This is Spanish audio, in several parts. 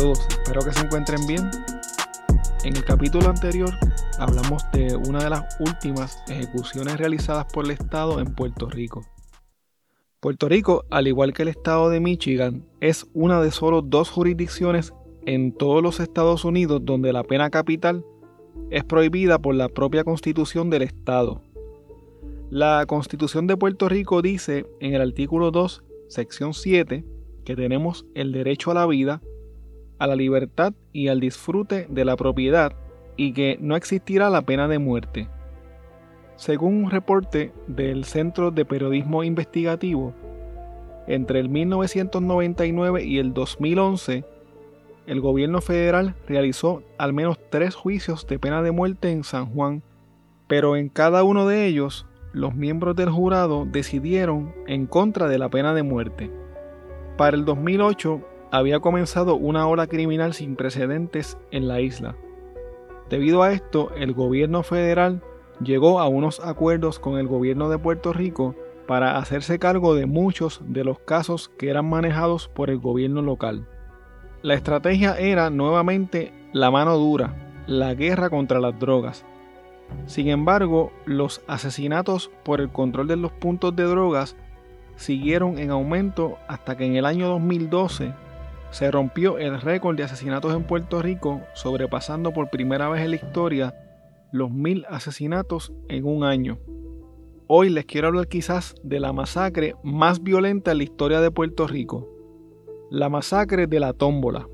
Saludos, espero que se encuentren bien. En el capítulo anterior hablamos de una de las últimas ejecuciones realizadas por el Estado en Puerto Rico. Puerto Rico, al igual que el Estado de Michigan, es una de solo 2 jurisdicciones en todos los Estados Unidos donde la pena capital es prohibida por la propia Constitución del Estado. La Constitución de Puerto Rico dice en el artículo 2, sección 7, que tenemos el derecho a la vida, a la libertad y al disfrute de la propiedad y que no existirá la pena de muerte. Según un reporte del Centro de Periodismo Investigativo, entre el 1999 y el 2011, el gobierno federal realizó al menos 3 juicios de pena de muerte en San Juan, pero en cada uno de ellos, los miembros del jurado decidieron en contra de la pena de muerte. Para el 2008, había comenzado una ola criminal sin precedentes en la isla. Debido a esto, el gobierno federal llegó a unos acuerdos con el gobierno de Puerto Rico para hacerse cargo de muchos de los casos que eran manejados por el gobierno local. La estrategia era nuevamente la mano dura, la guerra contra las drogas. Sin embargo, los asesinatos por el control de los puntos de drogas siguieron en aumento hasta que en el año 2012 se rompió el récord de asesinatos en Puerto Rico, sobrepasando por primera vez en la historia los 1000 asesinatos en un año. Hoy les quiero hablar quizás de la masacre más violenta en la historia de Puerto Rico, la masacre de la Tómbola.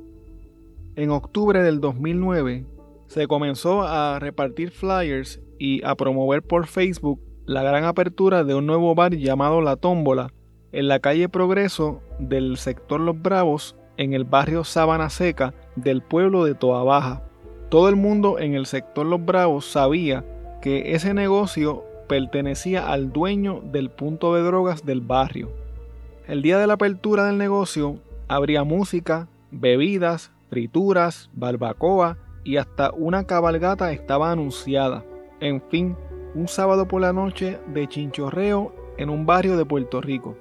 En octubre del 2009 se comenzó a repartir flyers y a promover por Facebook la gran apertura de un nuevo bar llamado La Tómbola en la calle Progreso del sector Los Bravos, en el barrio Sabana Seca del pueblo de Toabaja. Todo el mundo en el sector Los Bravos sabía que ese negocio pertenecía al dueño del punto de drogas del barrio. El día de la apertura del negocio habría música, bebidas, frituras, barbacoa y hasta una cabalgata estaba anunciada. En fin, un sábado por la noche de chinchorreo en un barrio de Puerto Rico.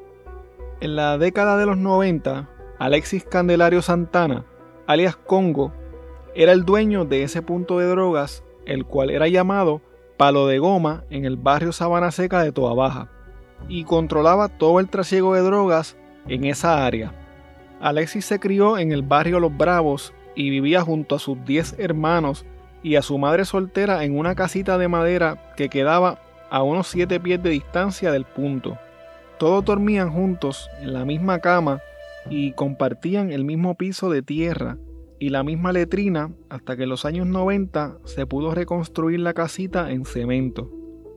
En la década de los 90, Alexis Candelario Santana, alias Congo, era el dueño de ese punto de drogas, el cual era llamado Palo de Goma en el barrio Sabana Seca de Toabaja, y controlaba todo el trasiego de drogas en esa área. Alexis se crió en el barrio Los Bravos y vivía junto a sus 10 hermanos y a su madre soltera en una casita de madera que quedaba a unos 7 pies de distancia del punto. Todos dormían juntos en la misma cama y compartían el mismo piso de tierra y la misma letrina hasta que en los años 90 se pudo reconstruir la casita en cemento.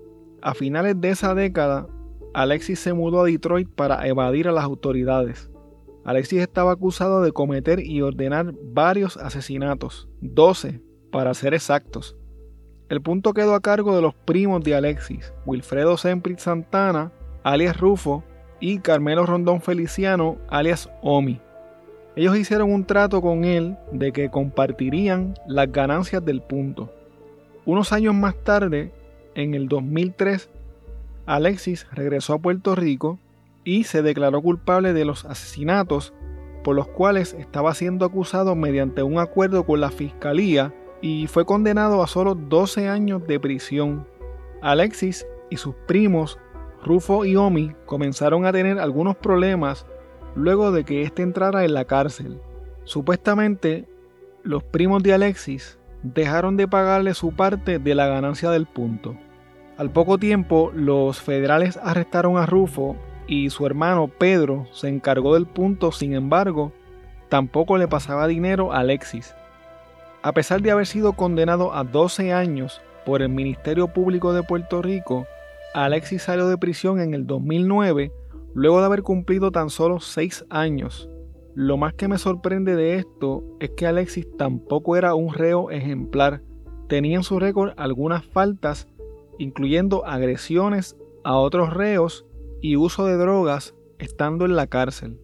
A finales de esa década, Alexis se mudó a Detroit para evadir a las autoridades. Alexis estaba acusado de cometer y ordenar varios asesinatos, 12 para ser exactos. El punto quedó a cargo de los primos de Alexis, Wilfredo Semprit Santana, alias Rufo, y Carmelo Rondón Feliciano, alias Omi. Ellos hicieron un trato con él de que compartirían las ganancias del punto. Unos años más tarde, en el 2003, Alexis regresó a Puerto Rico y se declaró culpable de los asesinatos por los cuales estaba siendo acusado mediante un acuerdo con la fiscalía y fue condenado a solo 12 años de prisión. Alexis y sus primos Rufo y Omi comenzaron a tener algunos problemas luego de que éste entrara en la cárcel. Supuestamente, los primos de Alexis dejaron de pagarle su parte de la ganancia del punto. Al poco tiempo, los federales arrestaron a Rufo y su hermano Pedro se encargó del punto. Sin embargo, tampoco le pasaba dinero a Alexis. A pesar de haber sido condenado a 12 años por el Ministerio Público de Puerto Rico, Alexis salió de prisión en el 2009, luego de haber cumplido tan solo 6 años. Lo más que me sorprende de esto es que Alexis tampoco era un reo ejemplar. Tenía en su récord algunas faltas, incluyendo agresiones a otros reos y uso de drogas estando en la cárcel.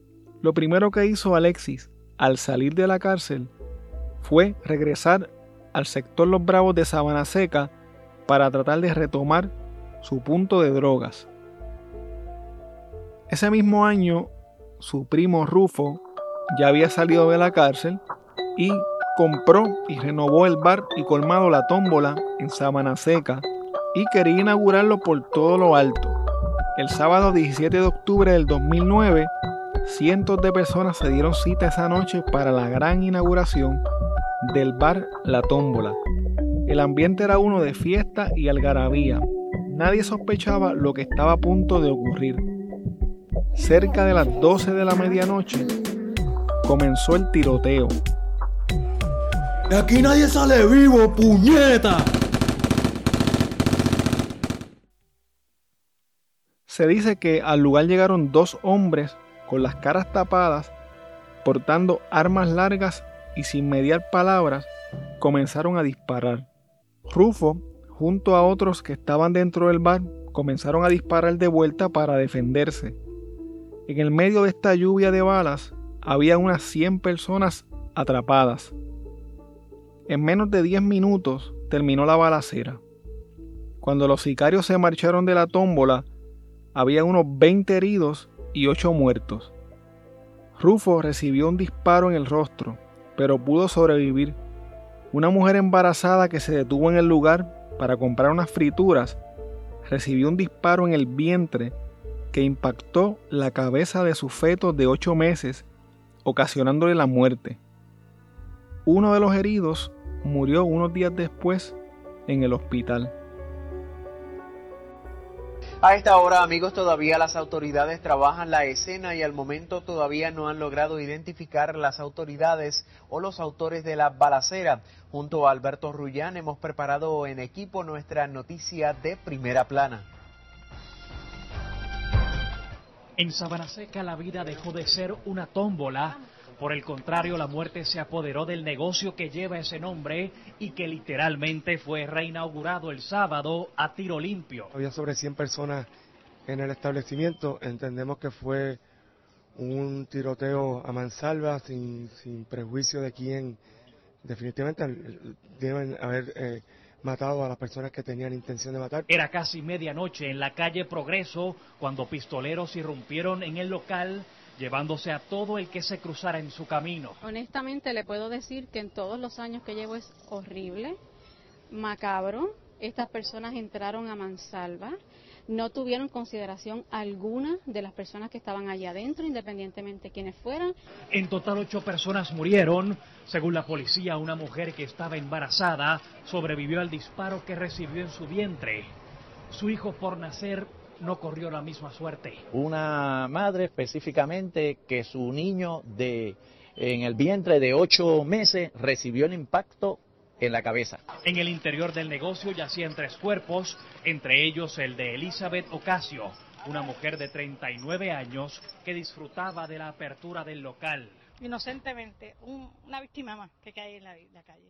Lo primero que hizo Alexis al salir de la cárcel fue regresar al sector Los Bravos de Sabana Seca para tratar de retomar su punto de drogas. Ese mismo año, su primo Rufo ya había salido de la cárcel y compró y renovó el bar y colmado La Tómbola en Sabana Seca y quería inaugurarlo por todo lo alto. El sábado 17 de octubre del 2009, cientos de personas se dieron cita esa noche para la gran inauguración del bar La Tómbola. El ambiente era uno de fiesta y algarabía. Nadie sospechaba lo que estaba a punto de ocurrir. Cerca de las 12 de la medianoche comenzó el tiroteo. ¡De aquí nadie sale vivo, puñeta! Se dice que al lugar llegaron 2 hombres con las caras tapadas, portando armas largas y sin mediar palabras, comenzaron a disparar. Rufo, junto a otros que estaban dentro del bar, comenzaron a disparar de vuelta para defenderse. En el medio de esta lluvia de balas, había unas 100 personas atrapadas. En menos de 10 minutos terminó la balacera. Cuando los sicarios se marcharon de La Tómbola, había unos 20 heridos y 8 muertos. Rufo recibió un disparo en el rostro, pero pudo sobrevivir. Una mujer embarazada que se detuvo en el lugar para comprar unas frituras recibió un disparo en el vientre que impactó la cabeza de su feto de 8 meses, ocasionándole la muerte. Uno de los heridos murió unos días después en el hospital. A esta hora, amigos, todavía las autoridades trabajan la escena y al momento todavía no han logrado identificar las autoridades o los autores de la balacera. Junto a Alberto Rullán hemos preparado en equipo nuestra noticia de primera plana. En Sabana Seca la vida dejó de ser una tómbola. Por el contrario, la muerte se apoderó del negocio que lleva ese nombre y que literalmente fue reinaugurado el sábado a tiro limpio. Había sobre 100 personas en el establecimiento. Entendemos que fue un tiroteo a mansalva, sin prejuicio de quién. Definitivamente deben haber matado a las personas que tenían intención de matar. Era casi medianoche en la calle Progreso cuando pistoleros irrumpieron en el local, llevándose a todo el que se cruzara en su camino. Honestamente le puedo decir que en todos los años que llevo es horrible, macabro. Estas personas entraron a mansalva, no tuvieron consideración alguna de las personas que estaban allá adentro, independientemente de quiénes fueran. En total 8 personas murieron. Según la policía, una mujer que estaba embarazada sobrevivió al disparo que recibió en su vientre. Su hijo por nacer no corrió la misma suerte. Una madre específicamente que su niño en el vientre de 8 meses recibió el impacto en la cabeza. En el interior del negocio yacían 3 cuerpos, entre ellos el de Elizabeth Ocasio, una mujer de 39 años que disfrutaba de la apertura del local. Inocentemente, una víctima más que cae en la calle.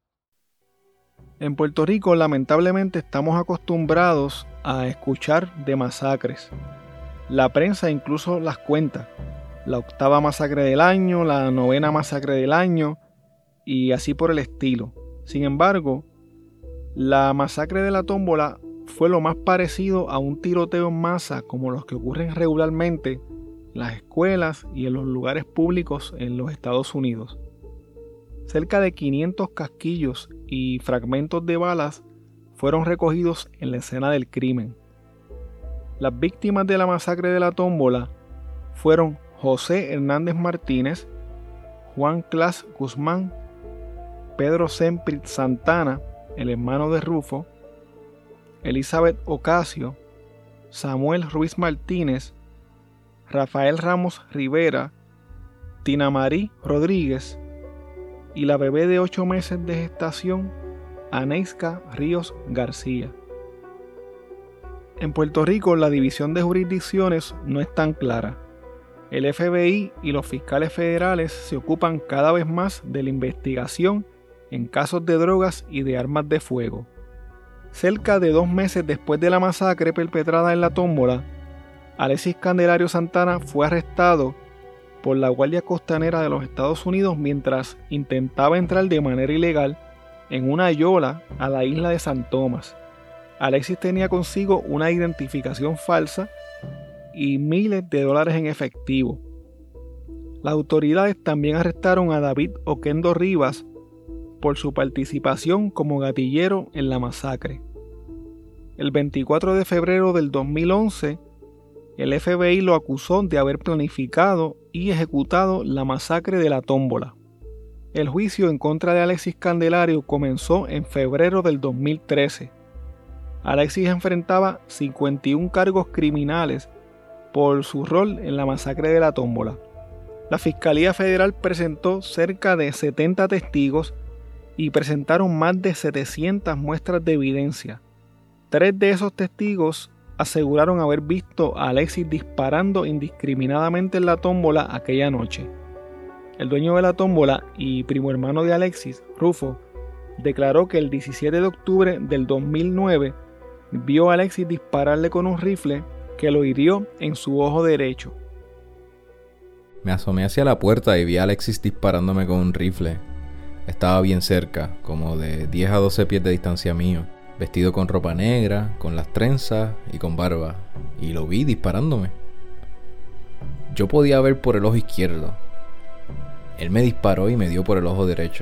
En Puerto Rico, lamentablemente, estamos acostumbrados a escuchar de masacres. La prensa incluso las cuenta. La 8ª masacre del año, la 9ª masacre del año y así por el estilo. Sin embargo, la masacre de La Tómbola fue lo más parecido a un tiroteo en masa como los que ocurren regularmente en las escuelas y en los lugares públicos en los Estados Unidos. Cerca de 500 casquillos y fragmentos de balas fueron recogidos en la escena del crimen. Las víctimas de la masacre de La Tómbola fueron José Hernández Martínez, Juan Clas Guzmán, Pedro Semprit Santana, el hermano de Rufo, Elizabeth Ocasio, Samuel Ruiz Martínez, Rafael Ramos Rivera, Tina Marí Rodríguez y la bebé de 8 meses de gestación, Aneiska Ríos García. En Puerto Rico, la división de jurisdicciones no es tan clara. El FBI y los fiscales federales se ocupan cada vez más de la investigación en casos de drogas y de armas de fuego. Cerca de 2 meses después de la masacre perpetrada en La Tómbola, Alexis Candelario Santana fue arrestado por la Guardia Costanera de los Estados Unidos mientras intentaba entrar de manera ilegal en una yola a la isla de San Tomás. Alexis tenía consigo una identificación falsa y miles de dólares en efectivo. Las autoridades también arrestaron a David Oquendo Rivas por su participación como gatillero en la masacre. El 24 de febrero del 2011, el FBI lo acusó de haber planificado y ejecutado la masacre de la Tómbola. El juicio en contra de Alexis Candelario comenzó en febrero del 2013. Alexis enfrentaba 51 cargos criminales por su rol en la masacre de la Tómbola. La Fiscalía Federal presentó cerca de 70 testigos y presentaron más de 700 muestras de evidencia. 3 de esos testigos aseguraron haber visto a Alexis disparando indiscriminadamente en la tómbola aquella noche. El dueño de la tómbola y primo hermano de Alexis, Rufo, declaró que el 17 de octubre del 2009 vio a Alexis dispararle con un rifle que lo hirió en su ojo derecho. Me asomé hacia la puerta y vi a Alexis disparándome con un rifle. Estaba bien cerca, como de 10 a 12 pies de distancia mío, vestido con ropa negra, con las trenzas y con barba, y lo vi disparándome. Yo podía ver por el ojo izquierdo. Él me disparó y me dio por el ojo derecho.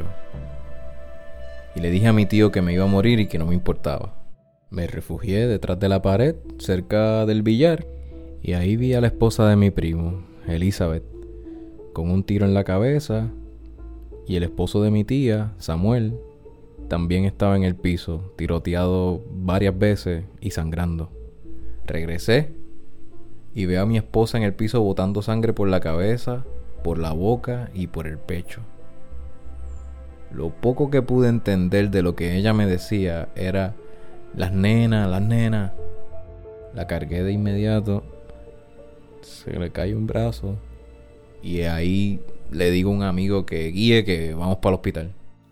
Y le dije a mi tío que me iba a morir y que no me importaba. Me refugié detrás de la pared, cerca del billar, y ahí vi a la esposa de mi primo, Elizabeth, con un tiro en la cabeza, y el esposo de mi tía, Samuel, también estaba en el piso, tiroteado varias veces y sangrando. Regresé y veo a mi esposa en el piso botando sangre por la cabeza, por la boca y por el pecho. Lo poco que pude entender de lo que ella me decía era: las nenas, las nenas. La cargué de inmediato, se le cae un brazo y ahí le digo a un amigo que guíe, que vamos para el hospital.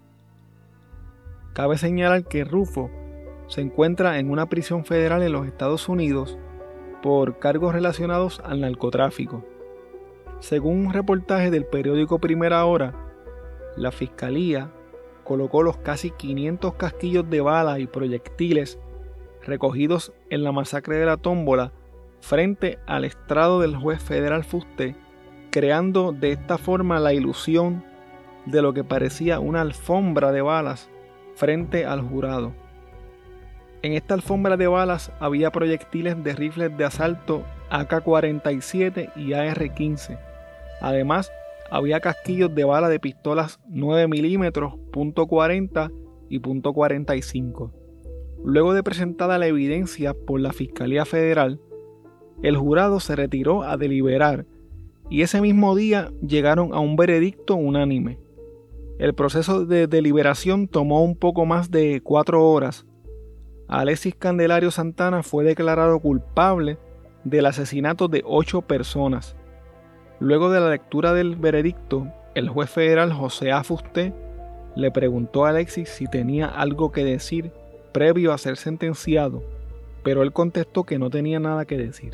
Cabe señalar que Rufo se encuentra en una prisión federal en los Estados Unidos por cargos relacionados al narcotráfico. Según un reportaje del periódico Primera Hora, la fiscalía colocó los casi 500 casquillos de bala y proyectiles recogidos en la masacre de la Tómbola frente al estrado del juez federal Fuste, creando de esta forma la ilusión de lo que parecía una alfombra de balas frente al jurado. En esta alfombra de balas había proyectiles de rifles de asalto AK-47 y AR-15. Además, había casquillos de bala de pistolas 9 milímetros, .40 y .45. Luego de presentada la evidencia por la Fiscalía Federal, el jurado se retiró a deliberar y ese mismo día llegaron a un veredicto unánime. El proceso de deliberación tomó un poco más de 4 horas. Alexis Candelario Santana fue declarado culpable del asesinato de 8 personas. Luego de la lectura del veredicto, el juez federal José A. Fuste le preguntó a Alexis si tenía algo que decir previo a ser sentenciado, pero él contestó que no tenía nada que decir.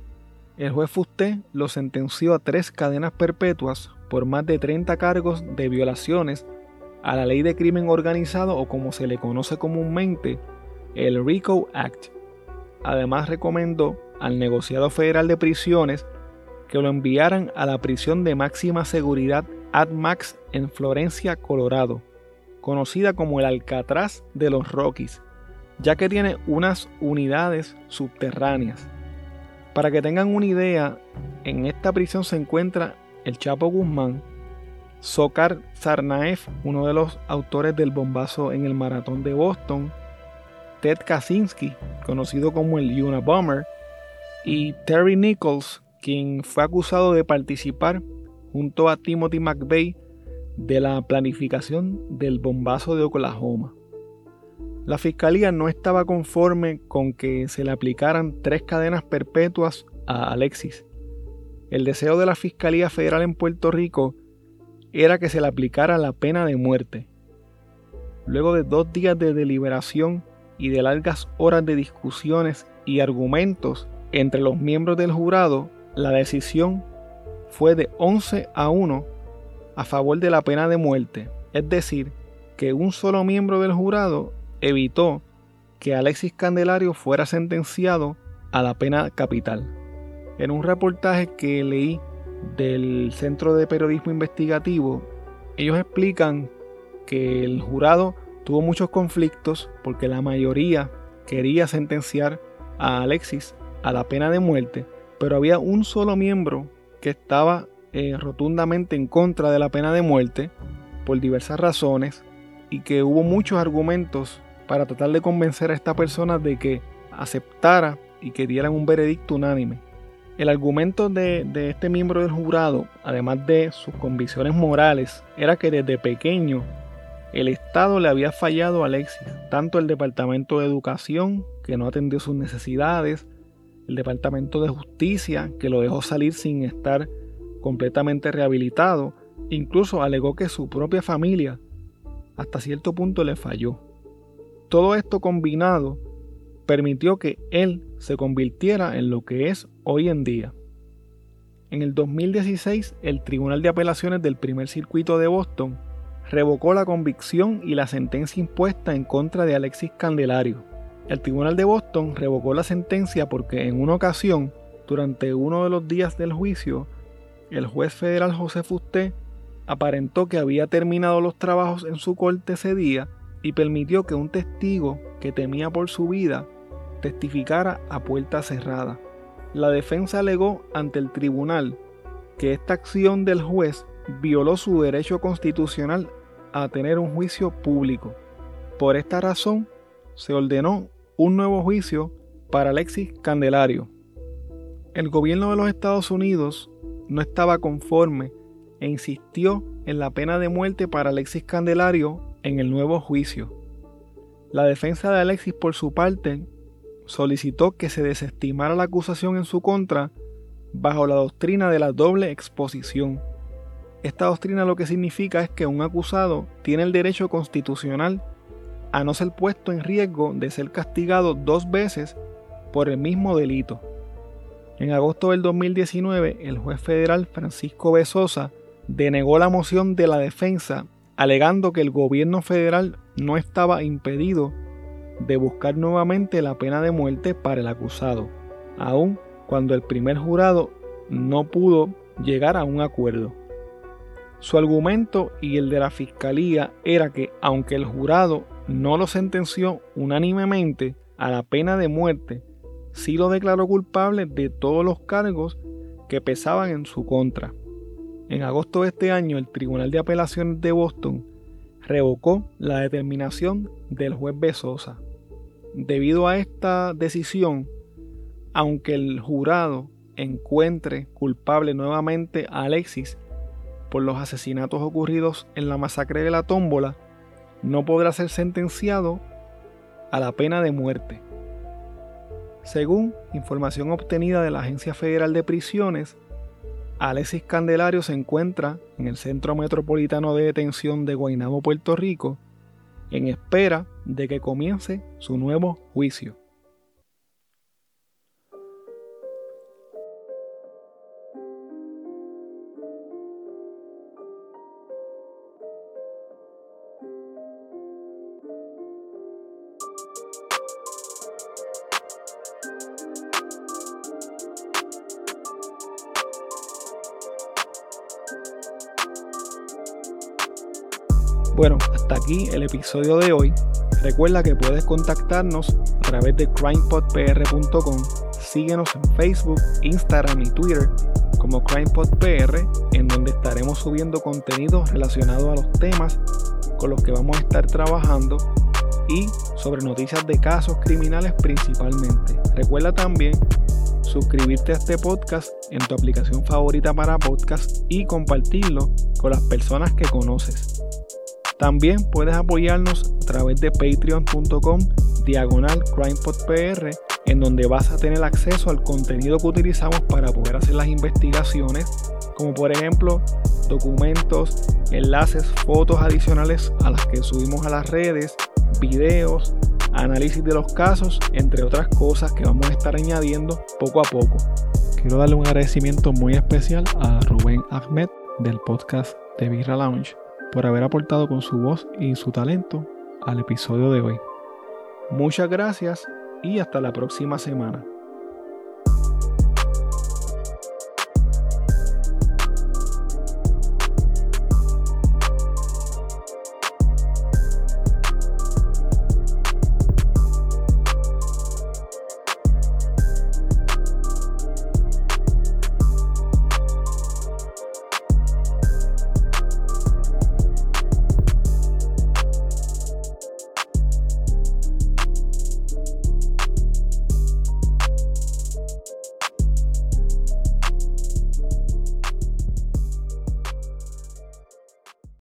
El juez Fuste lo sentenció a 3 cadenas perpetuas por más de 30 cargos de violaciones a la ley de crimen organizado, o como se le conoce comúnmente, el RICO Act. Además, recomendó al negociado federal de prisiones que lo enviaran a la prisión de máxima seguridad AdMax en Florencia, Colorado, conocida como el Alcatraz de los Rockies, ya que tiene unas unidades subterráneas. Para que tengan una idea, en esta prisión se encuentra el Chapo Guzmán, Dzhokhar Tsarnaev, uno de los autores del bombazo en el maratón de Boston, Ted Kaczynski, conocido como el Unabomber, y Terry Nichols, quien fue acusado de participar junto a Timothy McVeigh de la planificación del bombazo de Oklahoma. La fiscalía no estaba conforme con que se le aplicaran 3 cadenas perpetuas a Alexis. El deseo de la Fiscalía Federal en Puerto Rico era que se le aplicara la pena de muerte. Luego de 2 días de deliberación y de largas horas de discusiones y argumentos entre los miembros del jurado, la decisión fue de 11-1 a favor de la pena de muerte, es decir, que un solo miembro del jurado evitó que Alexis Candelario fuera sentenciado a la pena capital. En un reportaje que leí del Centro de Periodismo Investigativo, ellos explican que el jurado tuvo muchos conflictos porque la mayoría quería sentenciar a Alexis a la pena de muerte, pero había un solo miembro que estaba rotundamente en contra de la pena de muerte por diversas razones, y que hubo muchos argumentos para tratar de convencer a esta persona de que aceptara y que dieran un veredicto unánime. El argumento de este miembro del jurado, además de sus convicciones morales, era que desde pequeño el Estado le había fallado a Alexis, tanto el Departamento de Educación, que no atendió sus necesidades, el Departamento de Justicia, que lo dejó salir sin estar completamente rehabilitado, incluso alegó que su propia familia hasta cierto punto le falló. Todo esto combinado permitió que él se convirtiera en lo que es hoy en día. En el 2016, el Tribunal de Apelaciones del Primer Circuito de Boston revocó la convicción y la sentencia impuesta en contra de Alexis Candelario. El Tribunal de Boston revocó la sentencia porque en una ocasión, durante uno de los días del juicio, el juez federal José Fusté aparentó que había terminado los trabajos en su corte ese día y permitió que un testigo que temía por su vida testificara a puerta cerrada. La defensa alegó ante el tribunal que esta acción del juez violó su derecho constitucional a tener un juicio público. Por esta razón, se ordenó un nuevo juicio para Alexis Candelario. El gobierno de los Estados Unidos no estaba conforme e insistió en la pena de muerte para Alexis Candelario en el nuevo juicio. La defensa de Alexis, por su parte, solicitó que se desestimara la acusación en su contra bajo la doctrina de la doble exposición. Esta doctrina lo que significa es que un acusado tiene el derecho constitucional a no ser puesto en riesgo de ser castigado 2 veces por el mismo delito. En agosto del 2019, el juez federal Francisco B. Sosa denegó la moción de la defensa, alegando que el gobierno federal no estaba impedido de buscar nuevamente la pena de muerte para el acusado, aun cuando el primer jurado no pudo llegar a un acuerdo. Su argumento y el de la fiscalía era que, aunque el jurado no lo sentenció unánimemente a la pena de muerte, sí lo declaró culpable de todos los cargos que pesaban en su contra. En agosto de este año, el Tribunal de Apelaciones de Boston revocó la determinación del juez B. Sosa. Debido a esta decisión, aunque el jurado encuentre culpable nuevamente a Alexis por los asesinatos ocurridos en la masacre de la Tómbola, no podrá ser sentenciado a la pena de muerte. Según información obtenida de la Agencia Federal de Prisiones, Alexis Candelario se encuentra en el Centro Metropolitano de Detención de Guaynabo, Puerto Rico, en espera de que comience su nuevo juicio. Bueno, hasta aquí el episodio de hoy. Recuerda que puedes contactarnos a través de crimepodpr.com. Síguenos en Facebook, Instagram y Twitter como crimepodpr, en donde estaremos subiendo contenido relacionado a los temas con los que vamos a estar trabajando y sobre noticias de casos criminales principalmente. Recuerda también suscribirte a este podcast en tu aplicación favorita para podcast y compartirlo con las personas que conoces. También puedes apoyarnos a través de patreon.com/crimepodpr, en donde vas a tener acceso al contenido que utilizamos para poder hacer las investigaciones, como por ejemplo documentos, enlaces, fotos adicionales a las que subimos a las redes, videos, análisis de los casos, entre otras cosas que vamos a estar añadiendo poco a poco. Quiero darle un agradecimiento muy especial a Rubén Ahmed del podcast de Birra Lounge por haber aportado con su voz y su talento al episodio de hoy. Muchas gracias y hasta la próxima semana.